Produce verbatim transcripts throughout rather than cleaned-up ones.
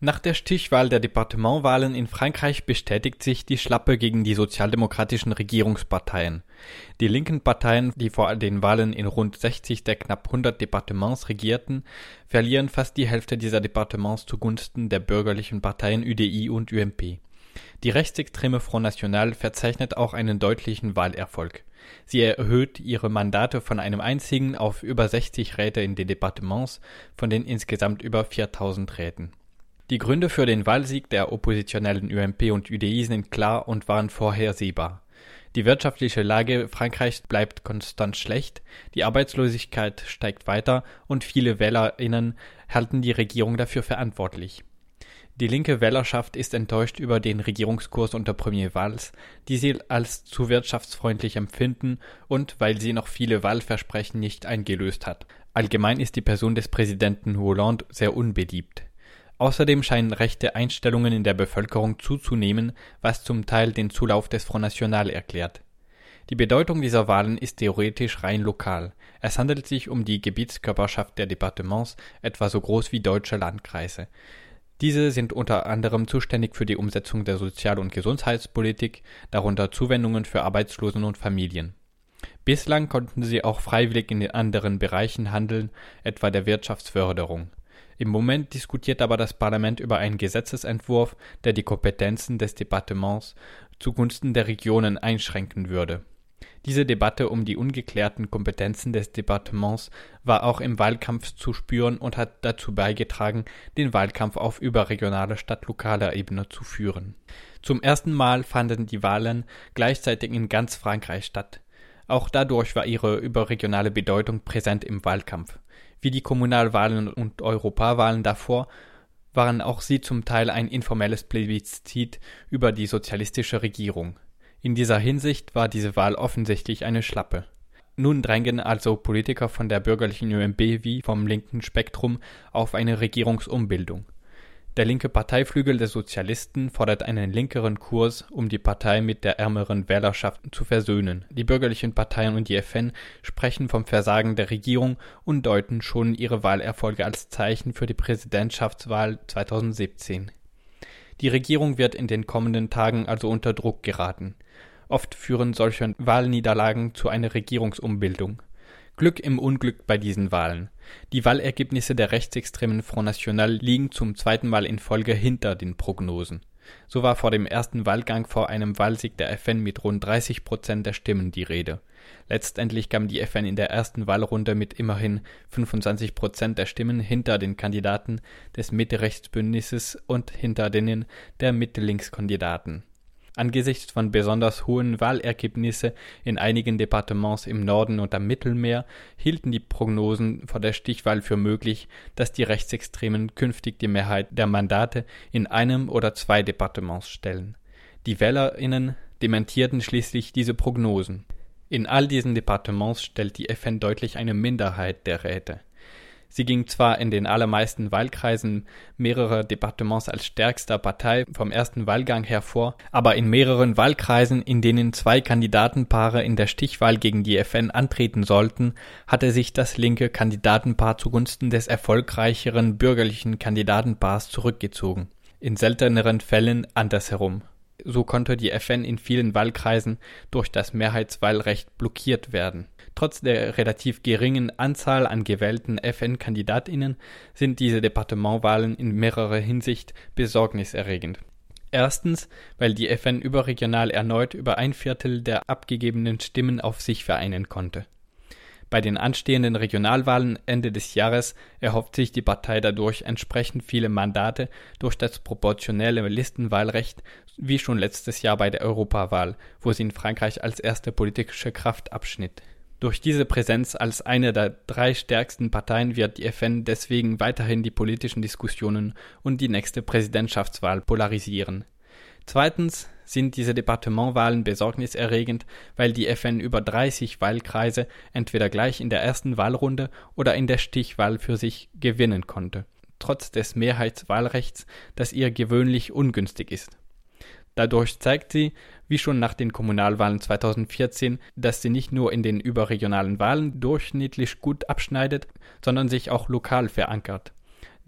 Nach der Stichwahl der Departementswahlen in Frankreich bestätigt sich die Schlappe gegen die sozialdemokratischen Regierungsparteien. Die linken Parteien, die vor den Wahlen in rund sechzig der knapp hundert Departements regierten, verlieren fast die Hälfte dieser Departements zugunsten der bürgerlichen Parteien U D I und U M P. Die rechtsextreme Front National verzeichnet auch einen deutlichen Wahlerfolg. Sie erhöht ihre Mandate von einem einzigen auf über sechzig Räte in den Departements, von den insgesamt über viertausend Räten. Die Gründe für den Wahlsieg der oppositionellen U M P und U D I sind klar und waren vorhersehbar. Die wirtschaftliche Lage Frankreichs bleibt konstant schlecht, die Arbeitslosigkeit steigt weiter und viele WählerInnen halten die Regierung dafür verantwortlich. Die linke Wählerschaft ist enttäuscht über den Regierungskurs unter Premier Valls, die sie als zu wirtschaftsfreundlich empfinden und weil sie noch viele Wahlversprechen nicht eingelöst hat. Allgemein ist die Person des Präsidenten Hollande sehr unbeliebt. Außerdem scheinen rechte Einstellungen in der Bevölkerung zuzunehmen, was zum Teil den Zulauf des Front National erklärt. Die Bedeutung dieser Wahlen ist theoretisch rein lokal. Es handelt sich um die Gebietskörperschaft der Departements, etwa so groß wie deutsche Landkreise. Diese sind unter anderem zuständig für die Umsetzung der Sozial- und Gesundheitspolitik, darunter Zuwendungen für Arbeitslosen und Familien. Bislang konnten sie auch freiwillig in den anderen Bereichen handeln, etwa der Wirtschaftsförderung. Im Moment diskutiert aber das Parlament über einen Gesetzesentwurf, der die Kompetenzen des Departements zugunsten der Regionen einschränken würde. Diese Debatte um die ungeklärten Kompetenzen des Departements war auch im Wahlkampf zu spüren und hat dazu beigetragen, den Wahlkampf auf überregionaler statt lokaler Ebene zu führen. Zum ersten Mal fanden die Wahlen gleichzeitig in ganz Frankreich statt. Auch dadurch war ihre überregionale Bedeutung präsent im Wahlkampf. Wie die Kommunalwahlen und Europawahlen davor waren auch sie zum Teil ein informelles Plebiszit über die sozialistische Regierung. In dieser Hinsicht war diese Wahl offensichtlich eine Schlappe. Nun drängen also Politiker von der bürgerlichen U M P wie vom linken Spektrum auf eine Regierungsumbildung. Der linke Parteiflügel der Sozialisten fordert einen linkeren Kurs, um die Partei mit der ärmeren Wählerschaft zu versöhnen. Die bürgerlichen Parteien und die F N sprechen vom Versagen der Regierung und deuten schon ihre Wahlerfolge als Zeichen für die Präsidentschaftswahl zweitausendsiebzehn. Die Regierung wird in den kommenden Tagen also unter Druck geraten. Oft führen solche Wahlniederlagen zu einer Regierungsumbildung. Glück im Unglück bei diesen Wahlen. Die Wahlergebnisse der rechtsextremen Front National liegen zum zweiten Mal in Folge hinter den Prognosen. So war vor dem ersten Wahlgang vor einem Wahlsieg der F N mit rund dreißig Prozent der Stimmen die Rede. Letztendlich kam die F N in der ersten Wahlrunde mit immerhin fünfundzwanzig Prozent der Stimmen hinter den Kandidaten des Mitte-Rechts-Bündnisses und hinter denen der Mitte-Links-Kandidaten. Angesichts von besonders hohen Wahlergebnissen in einigen Departements im Norden und am Mittelmeer hielten die Prognosen vor der Stichwahl für möglich, dass die Rechtsextremen künftig die Mehrheit der Mandate in einem oder zwei Departements stellen. Die WählerInnen dementierten schließlich diese Prognosen. In all diesen Departements stellt die F N deutlich eine Minderheit der Räte. Sie ging zwar in den allermeisten Wahlkreisen mehrerer Departements als stärkster Partei vom ersten Wahlgang hervor, aber in mehreren Wahlkreisen, in denen zwei Kandidatenpaare in der Stichwahl gegen die F N antreten sollten, hatte sich das linke Kandidatenpaar zugunsten des erfolgreicheren bürgerlichen Kandidatenpaars zurückgezogen. In selteneren Fällen andersherum. So konnte die F N in vielen Wahlkreisen durch das Mehrheitswahlrecht blockiert werden. Trotz der relativ geringen Anzahl an gewählten F N-KandidatInnen sind diese Departementwahlen in mehrerer Hinsicht besorgniserregend. Erstens, weil die F N überregional erneut über ein Viertel der abgegebenen Stimmen auf sich vereinen konnte. Bei den anstehenden Regionalwahlen Ende des Jahres erhofft sich die Partei dadurch entsprechend viele Mandate durch das proportionelle Listenwahlrecht, wie schon letztes Jahr bei der Europawahl, wo sie in Frankreich als erste politische Kraft abschnitt. Durch diese Präsenz als eine der drei stärksten Parteien wird die F N deswegen weiterhin die politischen Diskussionen und die nächste Präsidentschaftswahl polarisieren. Zweitens sind diese Departementwahlen besorgniserregend, weil die F N über dreißig Wahlkreise entweder gleich in der ersten Wahlrunde oder in der Stichwahl für sich gewinnen konnte, trotz des Mehrheitswahlrechts, das ihr gewöhnlich ungünstig ist. Dadurch zeigt sie, wie schon nach den Kommunalwahlen zweitausendvierzehn, dass sie nicht nur in den überregionalen Wahlen durchschnittlich gut abschneidet, sondern sich auch lokal verankert.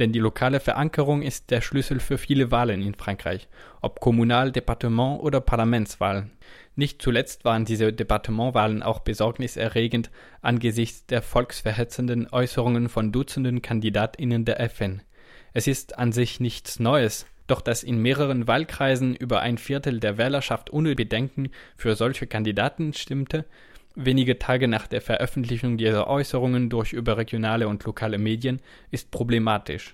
Denn die lokale Verankerung ist der Schlüssel für viele Wahlen in Frankreich, ob Kommunal-, Departement- oder Parlamentswahlen. Nicht zuletzt waren diese Departementwahlen auch besorgniserregend angesichts der volksverhetzenden Äußerungen von Dutzenden KandidatInnen der F N. Es ist an sich nichts Neues, doch dass in mehreren Wahlkreisen über ein Viertel der Wählerschaft ohne Bedenken für solche Kandidaten stimmte, wenige Tage nach der Veröffentlichung dieser Äußerungen durch überregionale und lokale Medien, ist problematisch.